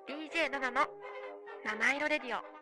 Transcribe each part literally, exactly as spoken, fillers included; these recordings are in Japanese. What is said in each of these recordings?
ディージェー ナナの七色レディオ。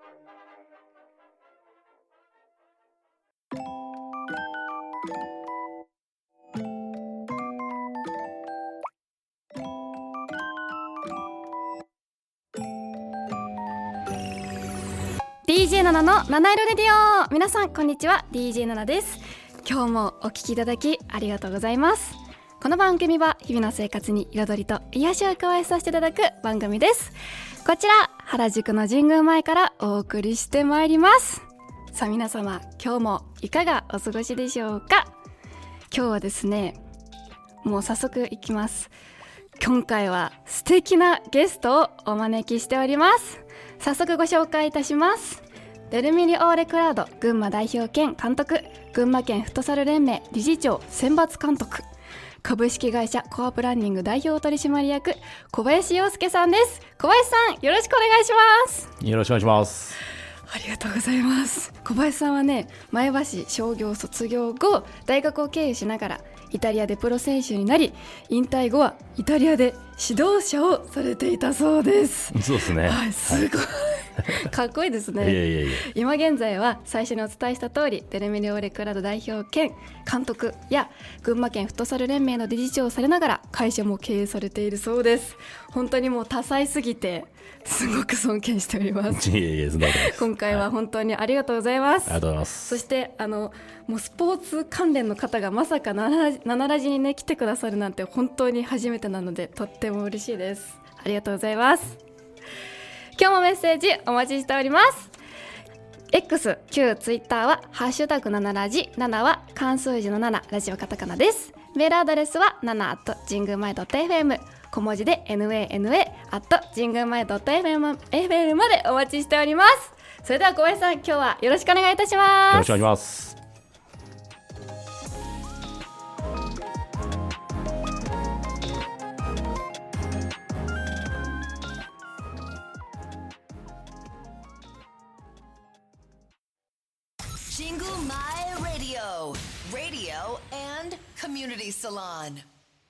ディージェー ナナの七色レディオ。皆さんこんにちは、 ディージェー ナナです。今日もお聞きいただきありがとうございます。この番組は日々の生活に彩りと癒しを加えさせていただく番組です。こちら原宿の神宮前からお送りしてまいります。さあ皆様、今日もいかがお過ごしでしょうか。今日はですね、もう早速いきます。今回は素敵なゲストをお招きしております。早速ご紹介いたします。デルミリオーレクラウド群馬代表兼監督、群馬県フットサル連盟理事長選抜監督、株式会社コアプランニング代表取締役小林洋介さんです。小林さん、よろしくお願いします。 よろしくお願いします。 ありがとうございます。小林さんはね、前橋商業卒業後大学を経由しながらイタリアでプロ選手になり、引退後はイタリアで指導者をされていたそうです。 そうですね、 はい、すごい、はい、かっこいいですね。 いやいやいや、 今現在は最初にお伝えした通りデルミリオーレクラウド代表兼監督や群馬県フットサル連盟の理事長をされながら会社も経営されているそうです。本当にもう多彩すぎてすごく尊敬しております。 いやいや、そんなことないです。 今回は本当にありがとうございます。 ありがとうございます。 そしてあのもうスポーツ関連の方がまさかナナラジにね来てくださるなんて本当に初めてなのでとっても嬉しいです。ありがとうございます。今日もメッセージお待ちしております。 X、旧 Twitter はハッシュタグナナラジ、ななは漢数字のなな、ラジオカタカナです。メールアドレスはナナアット神宮前 .fm、 小文字で ナナ アット神宮前 .fm までお待ちしております。それでは小林さん、今日はよろしくお願いいたします。 よろしくお願いします。 Jingle My Radio, Radio and Community Salon.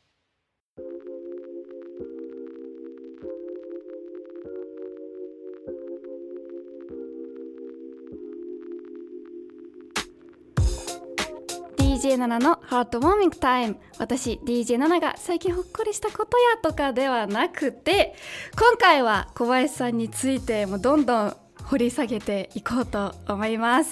ディージェー ナナのハートウォーミングタイム。私 ディージェー ナナが最近ほっこりしたことやとかではなくて、今回は小林さんについてもどんどん掘り下げていこうと思います。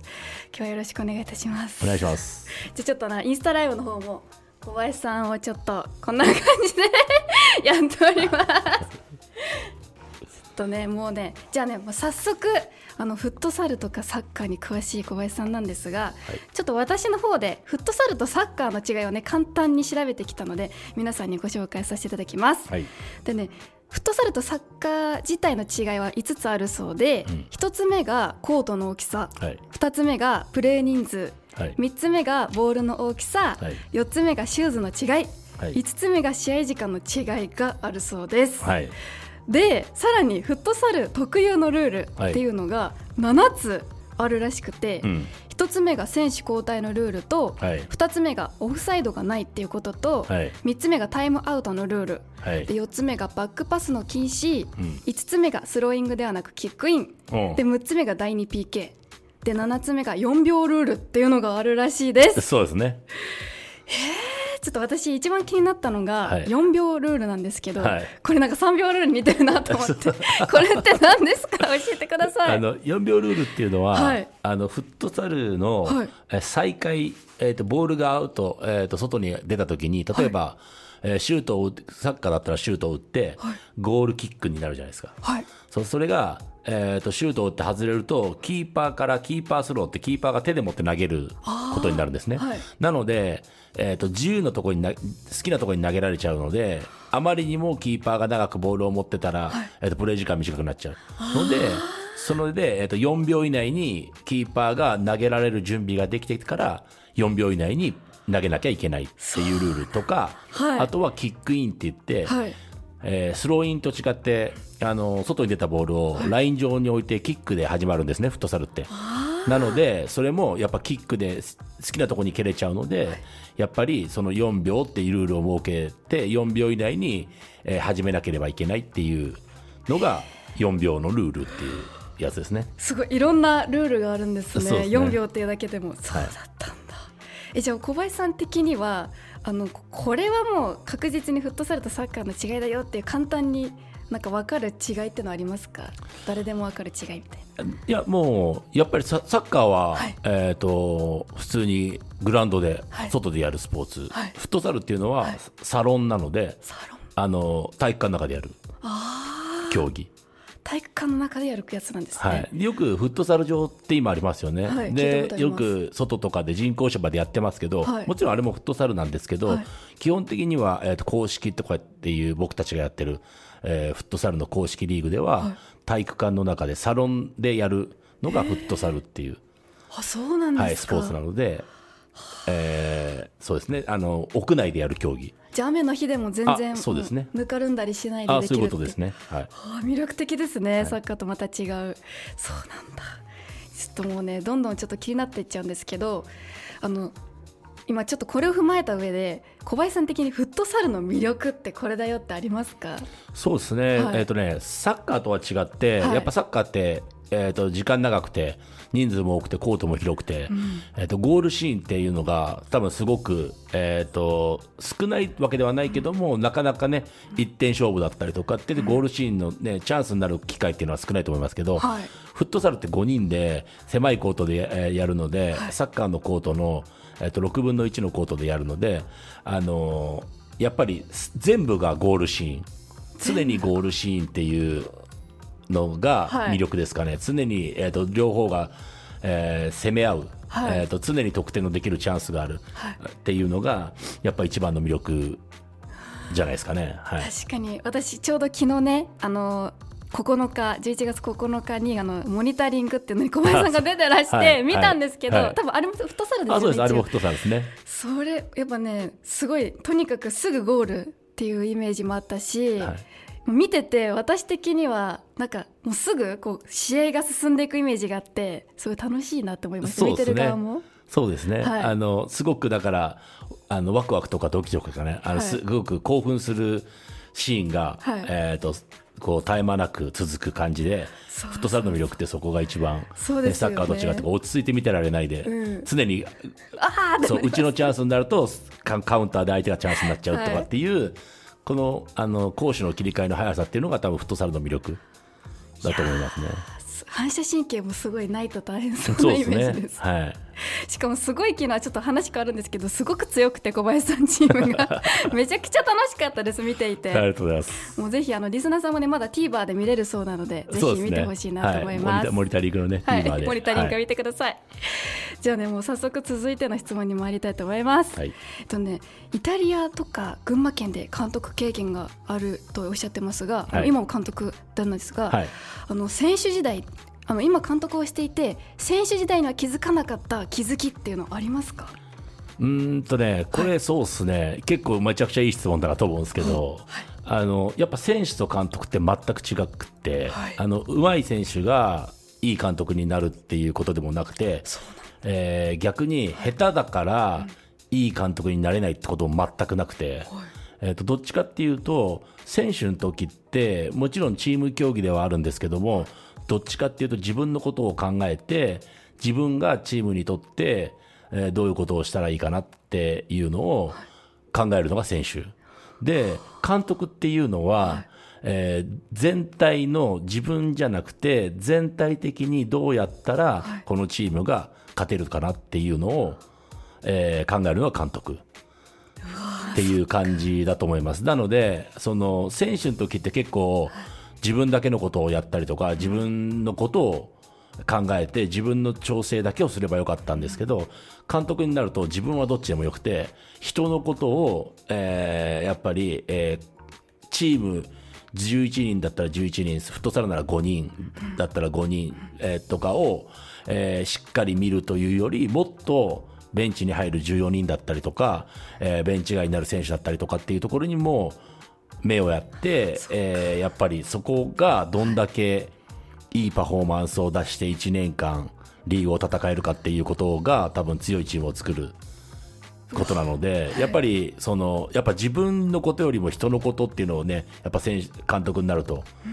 今日はよろしくお願いいたします。 お願いします。 じゃあちょっとなインスタライブの方も小林さんをちょっとこんな感じでやっております。ちょっとね、もうね、じゃあね、もう早速あのフットサルとかサッカーに詳しい小林さんなんですが、はい、ちょっと私の方でフットサルとサッカーの違いをね簡単に調べてきたので皆さんにご紹介させていただきます。はい、でね、フットサルとサッカー自体の違いはいつつあるそうで、うん、ひとつめがコートの大きさ、はい、ふたつめがプレー人数、はい、みっつめがボールの大きさ、はい、よっつめがシューズの違い、はい、いつつめが試合時間の違いがあるそうです。はい、でさらにフットサル特有のルールっていうのがななつあるらしくて、はい、うん、ひとつめが選手交代のルールと、はい、ふたつめがオフサイドがないっていうことと、はい、みっつめがタイムアウトのルール、はい、でよっつめがバックパスの禁止、うん、いつつめがスローイングではなくキックインで、むっつめがだいに ピーケー でななつめがよんびょうルールっていうのがあるらしいです。 そうですね。 へー、ちょっと私一番気になったのがよんびょうルールなんですけど、はい、これなんかさんびょうルールに似てるなと思ってこれって何ですか、教えてください。 あのよんびょうルールっていうのは、はい、あのフットサルの、はい、再開、えー、とボールがアウト、えー、と外に出た時に例えば、はい、えー、シュートを打ってサッカーだったらシュートを打って、はい、ゴールキックになるじゃないですか。はい、そ, それがえー、とシュートを打って外れるとキーパーからキーパースローってキーパーが手で持って投げることになるんですね。はい、なので、えー、と自由なところにな好きなところに投げられちゃうので、あまりにもキーパーが長くボールを持ってたら、はい、えー、とプレー時間短くなっちゃうので、それで、えー、とよんびょう以内にキーパーが投げられる準備ができてからよんびょう以内に投げなきゃいけないっていうルールとか、はい、あとはキックインって言って、はい、えー、スローインと違ってあの外に出たボールをライン上に置いてキックで始まるんですね、フットサルって。なのでそれもやっぱキックで好きなところに蹴れちゃうので、やっぱりそのよんびょうっていうルールを設けてよんびょう以内に、えー、始めなければいけないっていうのがよんびょうのルールっていうやつですね。 すごいいろんなルールがあるんです ね, そうですねよんびょうっていうだけでもそうだったんだ、はい、えじゃあ小林さん的にはあのこれはもう確実にフットサルとサッカーの違いだよっていう簡単になんか分かる違いってのありますか？誰でも分かる違いみたいな。 いやもうやっぱり サ, サッカーは、 はいえー、と普通にグラウンドで、はい、外でやるスポーツ、はい、フットサルっていうのは、はい、サロンなのでサロンあの体育館の中でやる競技、 体育館の中でやるやつなんですね、 はい、よくフットサル場って今ありますよね、 はい、 でよく外とかで人工芝でやってますけど、はい、もちろんあれもフットサルなんですけど、はい、基本的には、えー、と公式とかっていう僕たちがやってる、えー、フットサルの公式リーグでは、はい、体育館の中でサロンでやるのがフットサルっていう、 あそうなんですか、 はい、スポーツなので、えー、そうですね、あの屋内でやる競技。 じゃあ雨の日でも全然そうですね、 ぬかるんだりしないでできるって。 あそういうことですね、はい、 あ魅力的ですね、 はい、 サッカーとまた違う。そうなんだ。ちょっともうねどんどんちょっと気になっていっちゃうんですけど、あの今ちょっとこれを踏まえた上で小林さん的にフットサルの魅力ってこれだよってありますか？ そうですね、 はい、 えーとねサッカーとは違って、 はい、 やっぱサッカーって、えーと時間長くて人数も多くてコートも広くて、うんえーとゴールシーンっていうのが多分すごく、えーと少ないわけではないけども、うん、なかなかね一点勝負だったりとかってで、うん、ゴールシーンの、ね、チャンスになる機会っていうのは少ないと思いますけど、はい、フットサルってごにんで狭いコートで、えー、やるので、はい、サッカーのコートの、えーとろくぶんのいちのコートでやるので、あのー、やっぱり全部がゴールシーン、常にゴールシーンっていうのが魅力ですかね、はい、常に、えーと両方が、えー、攻め合う、はいえーと常に得点のできるチャンスがある、はい、っていうのがやっぱ一番の魅力じゃないですかね、はい、 確かに私ちょうど昨日ねあのここのかじゅういちがつここのかにあのモニタリングっていうのに小林さんが出てらして見たんですけど、はいはい、多分あれもフットサルですよね。 あそうです、あれもフットサルですね。 それやっぱねすごいとにかくすぐゴールっていうイメージもあったし、はい、見てて私的にはなんかもうすぐこう試合が進んでいくイメージがあってすごい楽しいなと思いました。見てる側もそうですね、はい、あのすごくだからあのワクワクとかドキドキとかねあの、はい、すごく興奮するシーンが、はいえー、とこう絶え間なく続く感じで、フットサルの魅力ってそこが一番、 そうですよね、 サッカーと違って落ち着いて見てられないで、うん、常にあそううちのチャンスになるとカウンターで相手がチャンスになっちゃうとかっていう、はい、この、あの攻守の切り替えの速さっていうのが多分フットサルの魅力だと思いますね。 反射神経もすごいないと大変そうなイメージです。 そうですね、はい、 しかもすごい昨日ちょっと話変わるんですけどすごく強くて小林さんチームがめちゃくちゃ楽しかったです見ていて。 ありがとうございます。 もうぜひあのリスナーさんもねまだ TVer で見れるそうなのでぜひ見てほしいなと思います。 はい、モニタリングのね TVer で、 はい、モニタリング見てください、はい、じゃあねもう早速続いての質問に参りたいと思います、はいえっとね、イタリアとか群馬県で監督経験があるとおっしゃってますが、はい、今も監督なんですが、はい、あの選手時代あの今監督をしていて選手時代には気づかなかった気づきっていうのありますか？ うーんとねこれそうですね、はい、結構めちゃくちゃいい質問だなと思うんですけど、はい、あのやっぱ選手と監督って全く違くて、はい、あの上手い選手がいい監督になるっていうことでもなくて、えー、逆に下手だからいい監督になれないってことも全くなくて、はいえー、とどっちかっていうと選手の時ってもちろんチーム競技ではあるんですけどもどっちかっていうと自分のことを考えて自分がチームにとって、えー、どういうことをしたらいいかなっていうのを考えるのが選手で、監督っていうのは、はいえー、全体の自分じゃなくて全体的にどうやったらこのチームが勝てるかなっていうのを、えー、考えるのが監督っていう感じだと思います。なのでその選手の時って結構自分だけのことをやったりとか自分のことを考えて自分の調整だけをすればよかったんですけど監督になると自分はどっちでもよくて人のことを、えー、やっぱり、えー、チームじゅういちにんだったらじゅういちにんフットサルならごにんだったらごにん、えー、とかを、えー、しっかり見るというよりもっとベンチに入るじゅうよにんだったりとか、えー、ベンチ外になる選手だったりとかっていうところにも目をやって、えー、やっぱりそこがどんだけいいパフォーマンスを出していちねんかんリーグを戦えるかっていうことが多分強いチームを作ることなのでやっぱりそのやっぱ自分のことよりも人のことっていうのをねやっぱ選手監督になると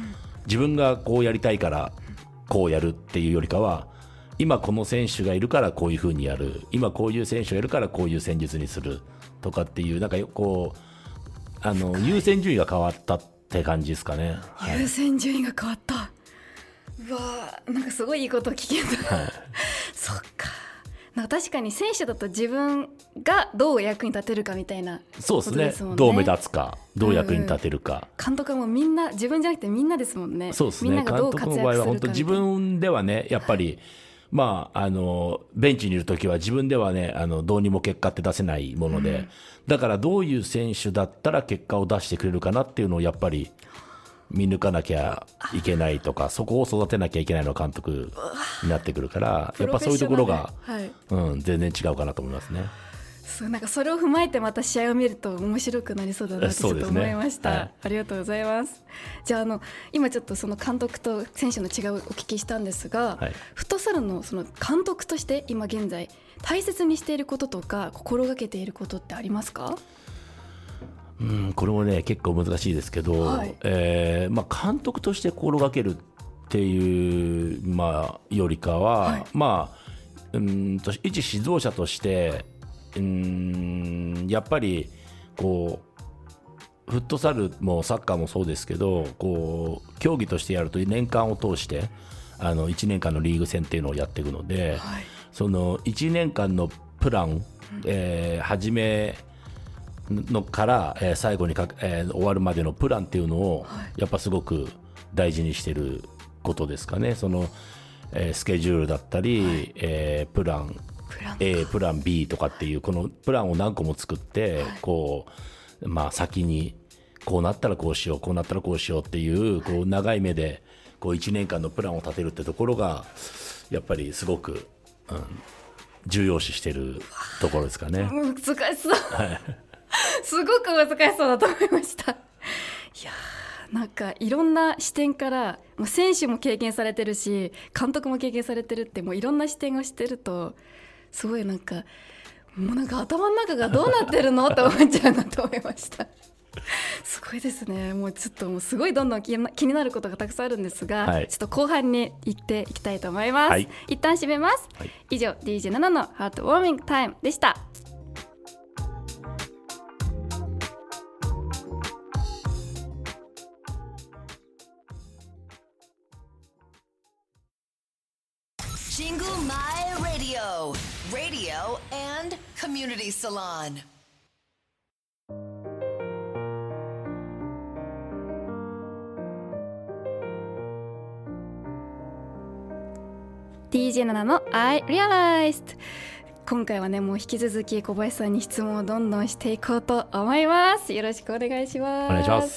自分がこうやりたいからこうやるっていうよりかは、今この選手がいるからこういう風にやる、今こういう選手がいるからこういう戦術にするとかっていう、なんかこうあの優先順位が変わったって感じですかね。 はい、優先順位が変わった。うわー、なんかすごいいいこと聞けた、はい、そっか。なんか確かに選手だと自分がどう役に立てるかみたいなことですもんね。そうですね、どう目立つか、どう役に立てるか、 うん、監督もみんな自分じゃなくてみんなですもんね。 そうですね、 みんながどう活躍するかみたいな。監督の場合は本当自分ではね、やっぱりまあ、あのベンチにいるときは自分ではね、あのどうにも結果って出せないもので、うん、だからどういう選手だったら結果を出してくれるかなっていうのをやっぱり見抜かなきゃいけないとか、そこを育てなきゃいけないのが監督になってくるから、やっぱそういうところが、はいうん、全然違うかなと思いますね。 そう、なんかそれを踏まえてまた試合を見ると面白くなりそうだなってちょっと思いました、ねはい、ありがとうございます。じゃあ、あの今ちょっとその監督と選手の違いをお聞きしたんですが、はい、フットサルのその監督として今現在大切にしていることとか心がけていることってありますか？ うん、これもね結構難しいですけど、はいえーまあ、監督として心がけるっていう、まあ、よりかは、はいまあ、うんと一指導者としてうんやっぱりこうフットサルもサッカーもそうですけど、こう競技としてやると年間を通してあのいちねんかんのリーグ戦っていうのをやっていくので、はい、そのいちねんかんのプラン、えー、始めのから、えー、最後にか、えー、終わるまでのプランっていうのを、はい、やっぱすごく大事にしてることですかね。その、えー、スケジュールだったり、はいえー、プランプラン A プラン B とかっていうこのプランを何個も作って、はいこうまあ、先にこうなったらこうしようこうなったらこうしようっていう、こう長い目でこういちねんかんのプランを立てるってところがやっぱりすごく、うん、重要視してるところですかね。 難しそう、はい、すごく難しそうだと思いました。いやなんかいろんな視点からもう選手も経験されてるし監督も経験されてるって、もういろんな視点をしてるとすごいなんかもうなんか頭の中がどうなってるのって思っちゃうなと思いましたすごいですね。もうちょっともうすごいどんどん気になることがたくさんあるんですが、はい、ちょっと後半に行っていきたいと思います、はい、一旦締めます、はい、以上 ディージェー ナナのハートウォーミングタイムでした。 Jingle My Radio, Radio and Community Salon. ディージェー ナナの I Realized。 今回はねもう引き続き小林さんに質問をどんどんしていこうと思います。よろしくお願いします。 お願いします。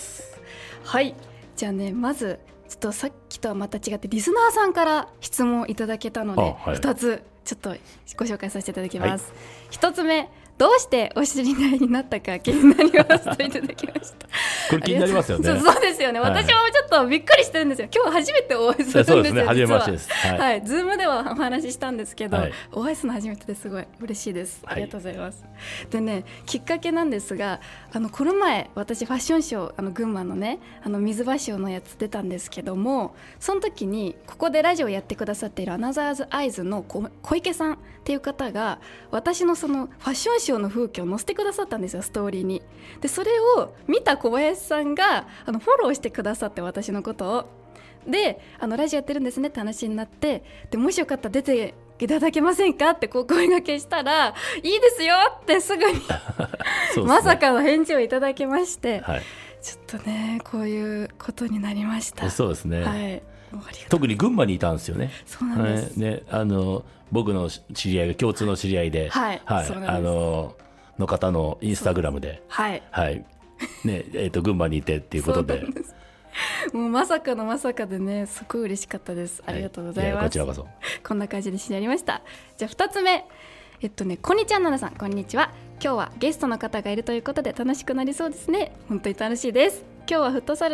はい、じゃあねまずちょっとさっきとはまた違ってリスナーさんから質問をいただけたので、はい、ふたつちょっとご紹介させていただきます、はい、ひとつめ、どうしてお知り合いになったか気になりますといただきましたこれ気になりますよね。 そう、そうですよね、はい、私もちょっとびっくりしてるんですよ。今日初めてお会いするんですよ。そうですね、初めましてです。はい、はい、ズームではお話ししたんですけど、はい、お会いするの初めてですごい嬉しいです。ありがとうございます、はい、でね、きっかけなんですが、あのこの前私ファッションショー、あの群馬のねあの水場ショーのやつ出たんですけども、その時にここでラジオやってくださっているアナザーズアイズの小池さんっていう方が私のそのファッションショーの風景を載せてくださったんですよ、ストーリーに。でそれを見た小林さんがあのフォローしてくださって、私のことをであのラジオやってるんですねって話になって、でもしよかったら出ていただけませんかってこう声掛けしたら、いいですよってすぐに、ね、まさかの返事をいただきまして、はい、ちょっとねこういうことになりました。 そうですね、 はい、 特に群馬にいたんですよね。 そうなんです、 はいね、あの僕の知り合いが共通の知り合いで、 はいはい、 あのの方のインスタグラムで、 はいはいねえー、と群馬にいてっていうことでもうまさかのまさかでね、すごい嬉しかったです。ありがとうございます、はい、 こちらこそ。 こんな感じで知りました。じゃあふたつめ、えっとねこんにちは、ななさんこんにちは。今日はゲストの方がいるということで楽しくなりそうですね。本当に楽しいです。今日はフットサル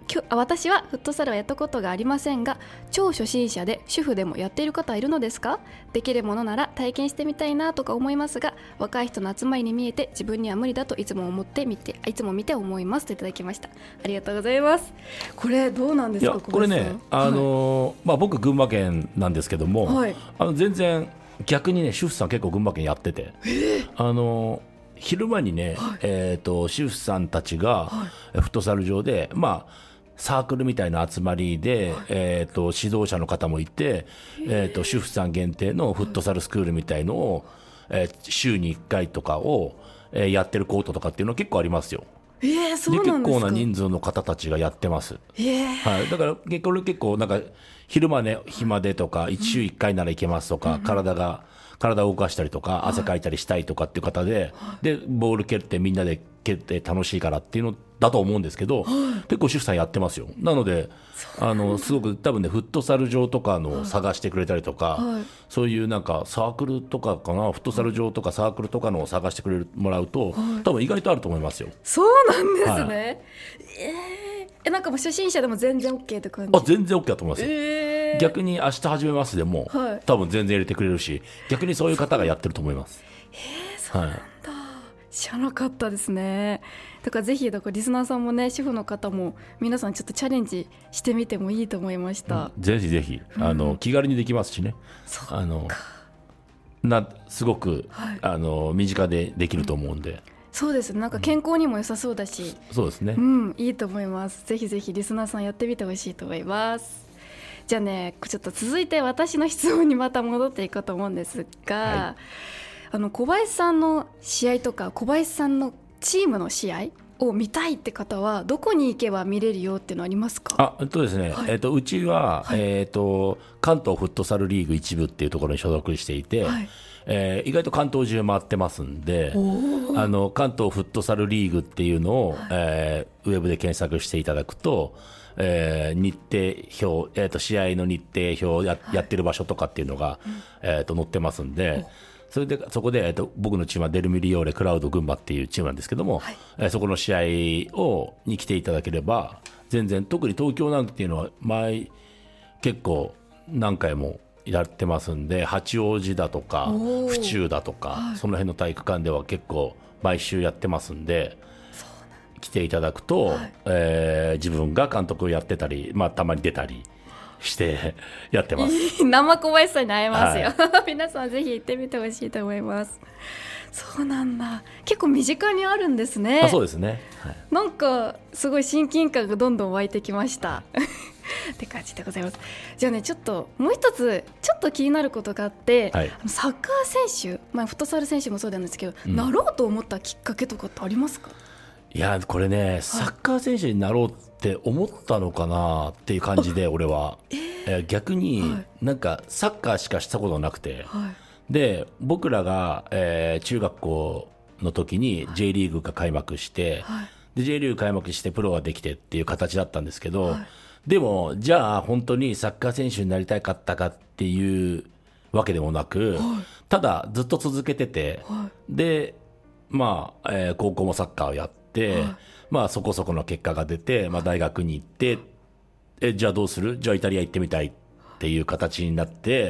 私はフットサルはやったことがありませんが、超初心者で主婦でもやっている方はいるのですか？できるものなら体験してみたいなとか思いますが、若い人の集まりに見えて自分には無理だといつも思ってみていつも見て思いますといただきました。ありがとうございます。これどうなんですか？ いやこれね、あのーはいまあ、僕群馬県なんですけども、はい、あの全然逆にね主婦さん結構群馬県やってて、あのー昼間にね、はいえー、と主婦さんたちが、はい、フットサル場で、まあ、サークルみたいな集まりで、はいえー、と指導者の方もいて、えー、と主婦さん限定のフットサルスクールみたいのを、はいえー、週にいっかいとかを、えー、やってるコートとかっていうのは結構ありますよ。 えー、そうなんですか？ で結構な人数の方たちがやってます、 えーはい、だからこれ結構なんか昼間ね暇でとかいち週いっかいなら行けますとか、うん、体が体を動かしたりとか汗かいたりしたいとかっていう方で、はい、でボール蹴ってみんなで蹴って楽しいからっていうのだと思うんですけど、はい、結構主婦さんやってますよ。なのであのすごく多分ねフットサル場とかの探してくれたりとか、はい、そういうなんかサークルとかかなフットサル場とかサークルとかのを探してくれるもらうと、はい、多分意外とあると思いますよ。 そうなんですね、はいえー、えなんかもう初心者でも全然 OK って感じ？ あ全然 OK だと思いますよ、えー、逆に明日始めますでも、はい、多分全然入れてくれるし逆にそういう方がやってると思います。 えー、そうなんだ、はい知らなかったですね。だからぜひだからリスナーさんもね主婦の方も皆さんちょっとチャレンジしてみてもいいと思いました、 うん、ぜひぜひあの、うん、気軽にできますしねあのなすごく、はい、あの身近でできると思うんで、うん、 そうですねなんか健康にも良さそうだし、 うん、そうですね、 うん、いいと思います。ぜひぜひリスナーさんやってみてほしいと思います。じゃあねちょっと続いて私の質問にまた戻っていこうと思うんですが、はいあの小林さんの試合とか小林さんのチームの試合を見たいって方はどこに行けば見れるよっていうのありますか？ あ、えっとですね、はいえっと、うちは、はいえっと、関東フットサルリーグ一部っていうところに所属していて、はいえー、意外と関東中回ってますんであの関東フットサルリーグっていうのを、はいえー、ウェブで検索していただくと、えー、日程表、えー、と試合の日程表を や,、はい、やってる場所とかっていうのが、えー、と載ってますんでそれでそこで、えー、と僕のチームはデルミリオーレクラウド群馬っていうチームなんですけども、はいえー、そこの試合をに来ていただければ全然特に東京なんていうのは前結構何回もやってますんで八王子だとか府中だとか、はい、その辺の体育館では結構毎週やってますんで来ていただくと、はいえー、自分が監督をやってたり、まあ、たまに出たりしてやってます。 生小林さんに会えますよ、はい、皆さんぜひ行ってみてほしいと思います。そうなんだ結構身近にあるんですね。 あそうですね、はい、 なんかすごい親近感がどんどん湧いてきましたって感じでございます。じゃあねちょっともう一つちょっと気になることがあって、はい、サッカー選手、まあ、フットサル選手もそうなんですけど、うん、なろうと思ったきっかけとかってありますか？ いやこれね、はい、サッカー選手になろうって思ったのかなっていう感じで俺は、えーえー、逆になんかサッカーしかしたことなくて、はい、で僕らが、えー、中学校の時に J リーグが開幕して、はい、で J リーグ開幕してプロができてっていう形だったんですけど、はい、でもじゃあ本当にサッカー選手になりたかったかっていうわけでもなく、はい、ただずっと続けてて、はい、でまあ、えー、高校もサッカーをやって、はいまあ、そこそこの結果が出て、まあ、大学に行ってえじゃあどうするじゃあイタリア行ってみたいっていう形になって、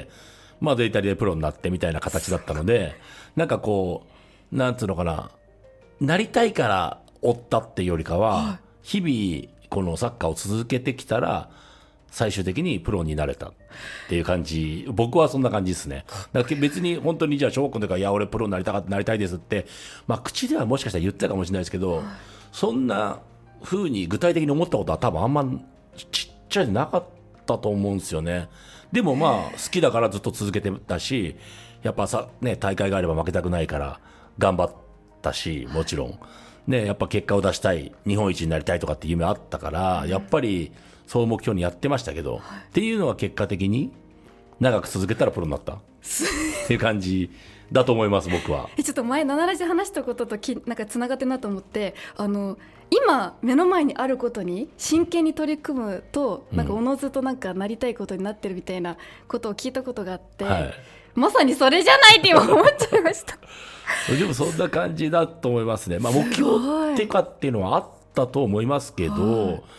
まあ、でイタリアでプロになってみたいな形だったのでなんかこうなんつうのかななりたいから追ったっていうよりかは、はい、日々このサッカーを続けてきたら最終的にプロになれたっていう感じ僕はそんな感じですね。だから別に本当にじゃあ小学校の時からいや俺プロになりたかったなりたいですって、まあ、口ではもしかしたら言ってたかもしれないですけど、はいそんな風に具体的に思ったことは多分あんまちっちゃいなかったと思うんですよね。でもまあ好きだからずっと続けてたしやっぱさ、ね、大会があれば負けたくないから頑張ったしもちろん、ね、やっぱ結果を出したい日本一になりたいとかって夢あったからやっぱりそう目標にやってましたけど、はい、っていうのは結果的に長く続けたらプロになったっていう感じだと思います僕は。 えちょっと前ななラジで話したことときなんかつながってるなと思ってあの今目の前にあることに真剣に取り組むとなんかおのずとなんかなりたいことになってるみたいなことを聞いたことがあって、はい、まさにそれじゃないって今思っちゃいましたでもそんな感じだと思いますね。まあ、目標っていうかっていうのはあったと思いますけど、はい、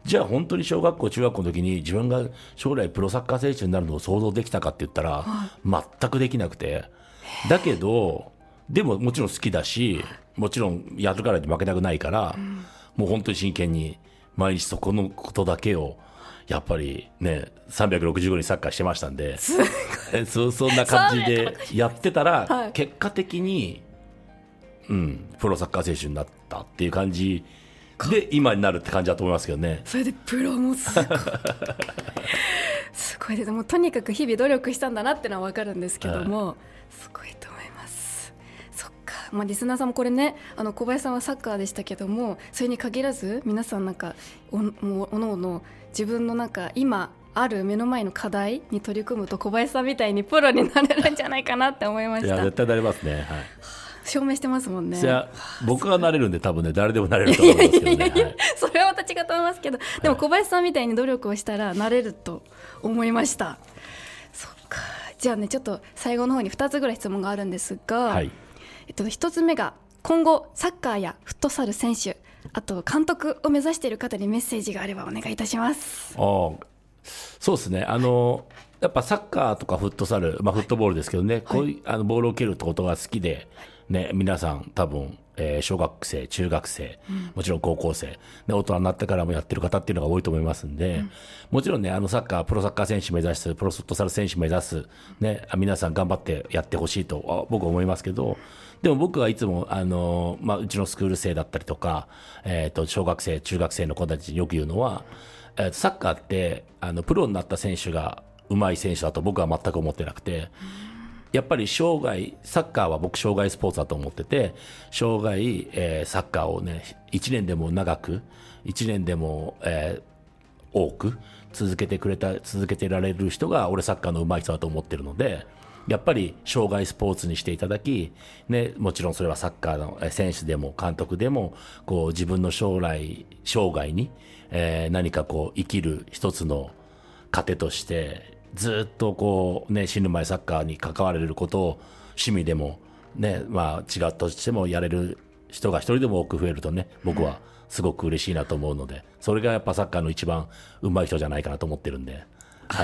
じゃあ本当に小学校中学校の時に自分が将来プロサッカー選手になるのを想像できたかって言ったら、はい、全くできなくて、だけどでももちろん好きだし、もちろんやるからに負けたくないから、うん、もう本当に真剣に毎日そこのことだけをやっぱりねさんびゃくろくじゅうごにちサッカーしてましたんでそ, そんな感じでやってたら、はい、結果的に、うん、プロサッカー選手になったっていう感じで今になるって感じだと思いますけどね。 それでプロもすごいすごいです。もうとにかく日々努力したんだなってのは分かるんですけども、はい、すごいと思います。そっか、まあ、リスナーさんもこれね、あの小林さんはサッカーでしたけども、それに限らず皆さんなんかおもおのおの自分のなんか今ある目の前の課題に取り組むと小林さんみたいにプロになれるんじゃないかなって思いました。 いや絶対なれますね、はい、 証明してますもんね。 いや僕がなれるんで多分ね誰でもなれると思いますけどね。いやいやいや、はい、それは私がと思いますけど、でも小林さんみたいに努力をしたらなれると思いました、はい、そっか。じゃあねちょっと最後の方にふたつぐらい質問があるんですが、はい、えっと、ひとつめが今後サッカーやフットサル選手、あと監督を目指している方にメッセージがあればお願いいたします。 ああ、そうですね、あのやっぱサッカーとかフットサル、まあ、フットボールですけどね、はい、こういうあのボールを蹴るってことが好きで、ね、皆さん多分、えー、小学生中学生、うん、もちろん高校生、ね、大人になってからもやってる方っていうのが多いと思いますんで、うん、もちろんねあのサッカープロサッカー選手目指すプロフットサル選手目指す、ね、皆さん頑張ってやってほしいと僕は思いますけど、でも僕はいつもあの、まあ、うちのスクール生だったりとか、えー、と小学生中学生の子たちによく言うのは、えー、サッカーってあのプロになった選手が上手い選手だと僕は全く思ってなくて、やっぱり生涯サッカーは僕生涯スポーツだと思ってて、生涯、えー、サッカーをねいちねんでも長くいちねんでも、えー、多く続けてくれた続けてられる人が俺サッカーの上手い人だと思ってるので、やっぱり生涯スポーツにしていただき、ね、もちろんそれはサッカーの選手でも監督でもこう自分の将来生涯に、えー、何かこう生きる一つの糧としてずっとこう、ね、死ぬ前サッカーに関われることを趣味でも、ね、まあ、違ったとしてもやれる人が一人でも多く増えるとね僕はすごく嬉しいなと思うので、それがやっぱサッカーの一番上手い人じゃないかなと思ってるんで、はい、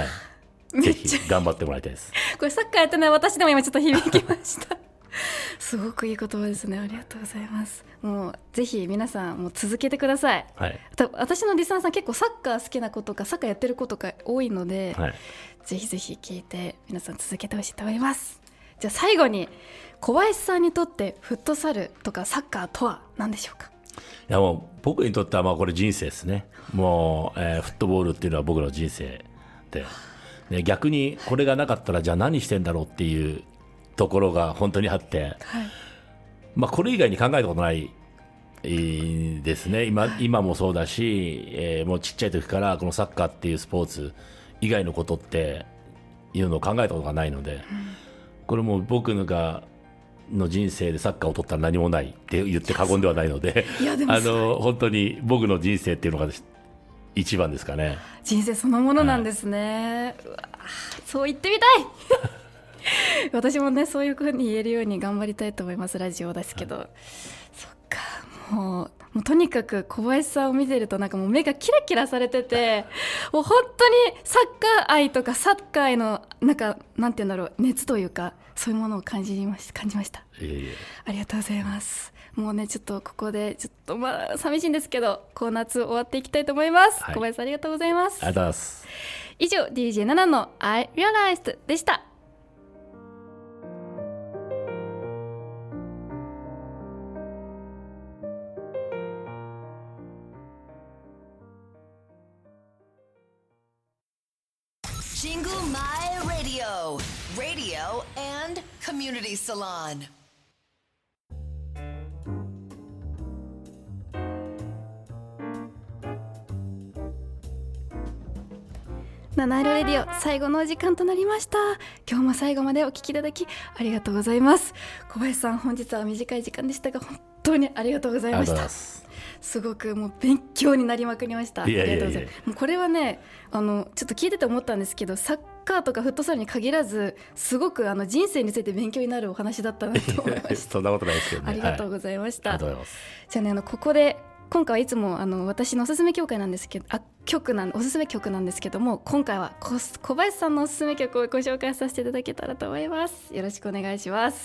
ぜひ頑張ってもらいたいです。 これサッカーやってない私でも今ちょっと響きましたすごくいい言葉ですね、ありがとうございます。もうぜひ皆さんもう続けてください、はい、私のリスナーさん結構サッカー好きな子とかサッカーやってる子とか多いので、はい、ぜひぜひ聞いて皆さん続けてほしいと思います。じゃあ最後に小林さんにとってフットサルとかサッカーとは何でしょうか。 いやもう僕にとってはまあこれ人生ですね。もう、えー、フットボールっていうのは僕の人生で、ね、逆にこれがなかったらじゃあ何してんだろうっていうところが本当にあって、はい、まあ、これ以外に考えたことないですね。 今, 今もそうだし、えー、もうちっちゃい時からこのサッカーっていうスポーツ以外のことっていうのを考えたことがないので、うん、これも僕がの人生でサッカーを取ったら何もないって言って過言ではないのであの本当に僕の人生っていうのが一番ですかね。 人生そのものなんですね、はい、うわそう言ってみたい私もねそういう風に言えるように頑張りたいと思います。ラジオですけど、はい、そっか、もうもうとにかく小林さんを見てるとなんかもう目がキラキラされててもう本当にサッカー愛とかサッカーへのなんかなんていうんだろう熱というかそういうものを感じました感じました、えー、ありがとうございます。もうねちょっとここでちょっとまあ寂しいんですけどこの夏終わっていきたいと思います、はい、小林さんありがとうございます。 ありがとうございます。 以上 ディージェー ナナの I Realized でした。 Jingle My Radio, Radio and Community Salon. 七色レディオ最後のお時間となりました。今日も最後までお聞きいただきありがとうございます。小林さん本日は短い時間でしたが本当にありがとうございました。すごくもう勉強になりまくりました。いやいやいや、ありがとうございます。もうこれはねあのちょっと聞いてて思ったんですけどサッカーとかフットサルに限らずすごくあの人生について勉強になるお話だったなと思いました。 そんなことないですけどね。 ありがとうございました、 はい、ありがとうございます。 じゃあねあのここで今回はいつもあの私のおすすめ曲なんですけどあ曲なんおすすめ曲なんですけども、今回は小林さんのおすすめ曲をご紹介させていただけたらと思います。よろしくお願いします。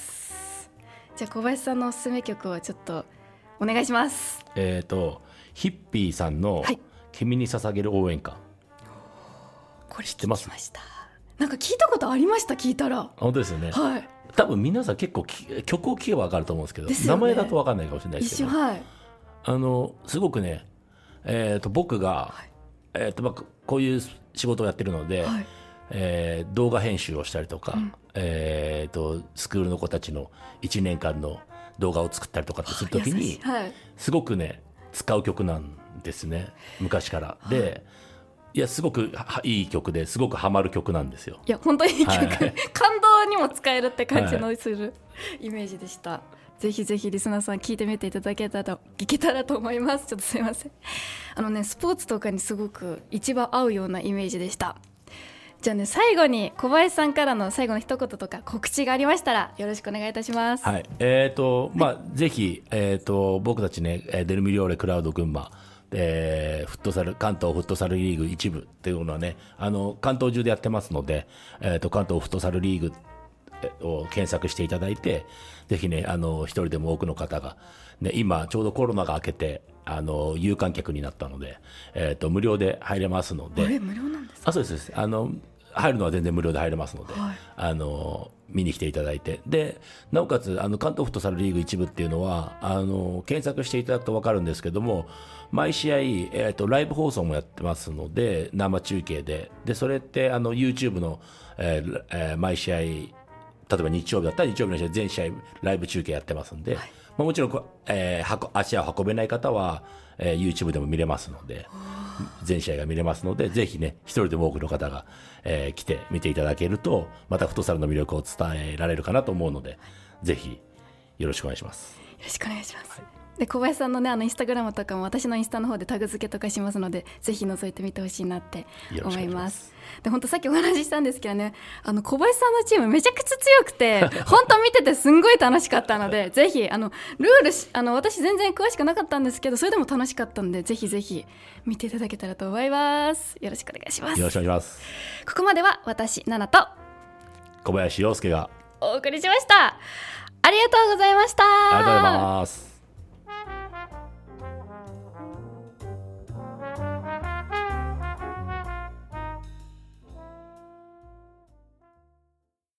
じゃあ小林さんのおすすめ曲をちょっとお願いします。 えっ、ー、とヒッピーさんの君に捧げる応援歌、はい、 これ知ってます？なんか聞いたことありました。聞いたら本当ですよね、 はい、 多分皆さん結構曲を聴けば分かると思うんですけど、ね、名前だと分かんないかもしれないですけど、 一緒、はい、 あのすごくね、えー、と僕が、はいえーとまあ、こういう仕事をやってるので、はいえー、動画編集をしたりとか、うんえー、とスクールの子たちのいちねんかんの動画を作ったりとかってするときに、はい、すごくね使う曲なんですね、昔から。で、はいいやすごくいい曲ですごくハマる曲なんですよ。 いや本当にいい曲、はい、感動にも使えるって感じのするイメージでした、はい、ぜひぜひリスナーさん聞いてみていただけたらいけたらと思います。ちょっとすいません。あのねスポーツとかにすごく一番合うようなイメージでした。じゃあね最後に小林さんからの最後の一言とか告知がありましたらよろしくお願いいたします。 はいえーとまあ、ぜひ、えーと僕たちねデルミリオーレクラウド群馬えー、フットサル関東フットサルリーグ一部っていうのはねあの関東中でやってますので、えー、と関東フットサルリーグを検索していただいてぜひねあの一人でも多くの方が、ね、今ちょうどコロナが明けてあの有観客になったので、えー、と無料で入れますので。 あれ無料なんですか？ あそうですあの入るのは全然無料で入れますので、はい、あの見に来ていただいてでなおかつあの関東フットサルリーグ一部っていうのはあの検索していただくと分かるんですけども毎試合、えー、とライブ放送もやってますので生中継ででそれってあの YouTube の、えーえー、毎試合例えば日曜日だったら日曜日の試合全試合ライブ中継やってますんで、はいまあ、もちろん、えー、足を運べない方は、えー、YouTube でも見れますので全試合が見れますのでぜひね一人でも多くの方が、えー、来て見ていただけるとまたフットサルの魅力を伝えられるかなと思うのでぜひよろしくお願いします。 よろしくお願いします、はいで小林さんのねあのインスタグラムとかも私のインスタの方でタグ付けとかしますのでぜひ覗いてみてほしいなって思います。で本当さっきお話ししたんですけどねあの小林さんのチームめちゃくちゃ強くて本当見ててすんごい楽しかったのでぜひあのルールあの私全然詳しくなかったんですけどそれでも楽しかったのでぜひぜひ見ていただけたらと思います。よろしくお願いします。 よろしくお願いします。 ここまでは私ナナと小林陽介がお送りしました。ありがとうございました。 ありがとうございます。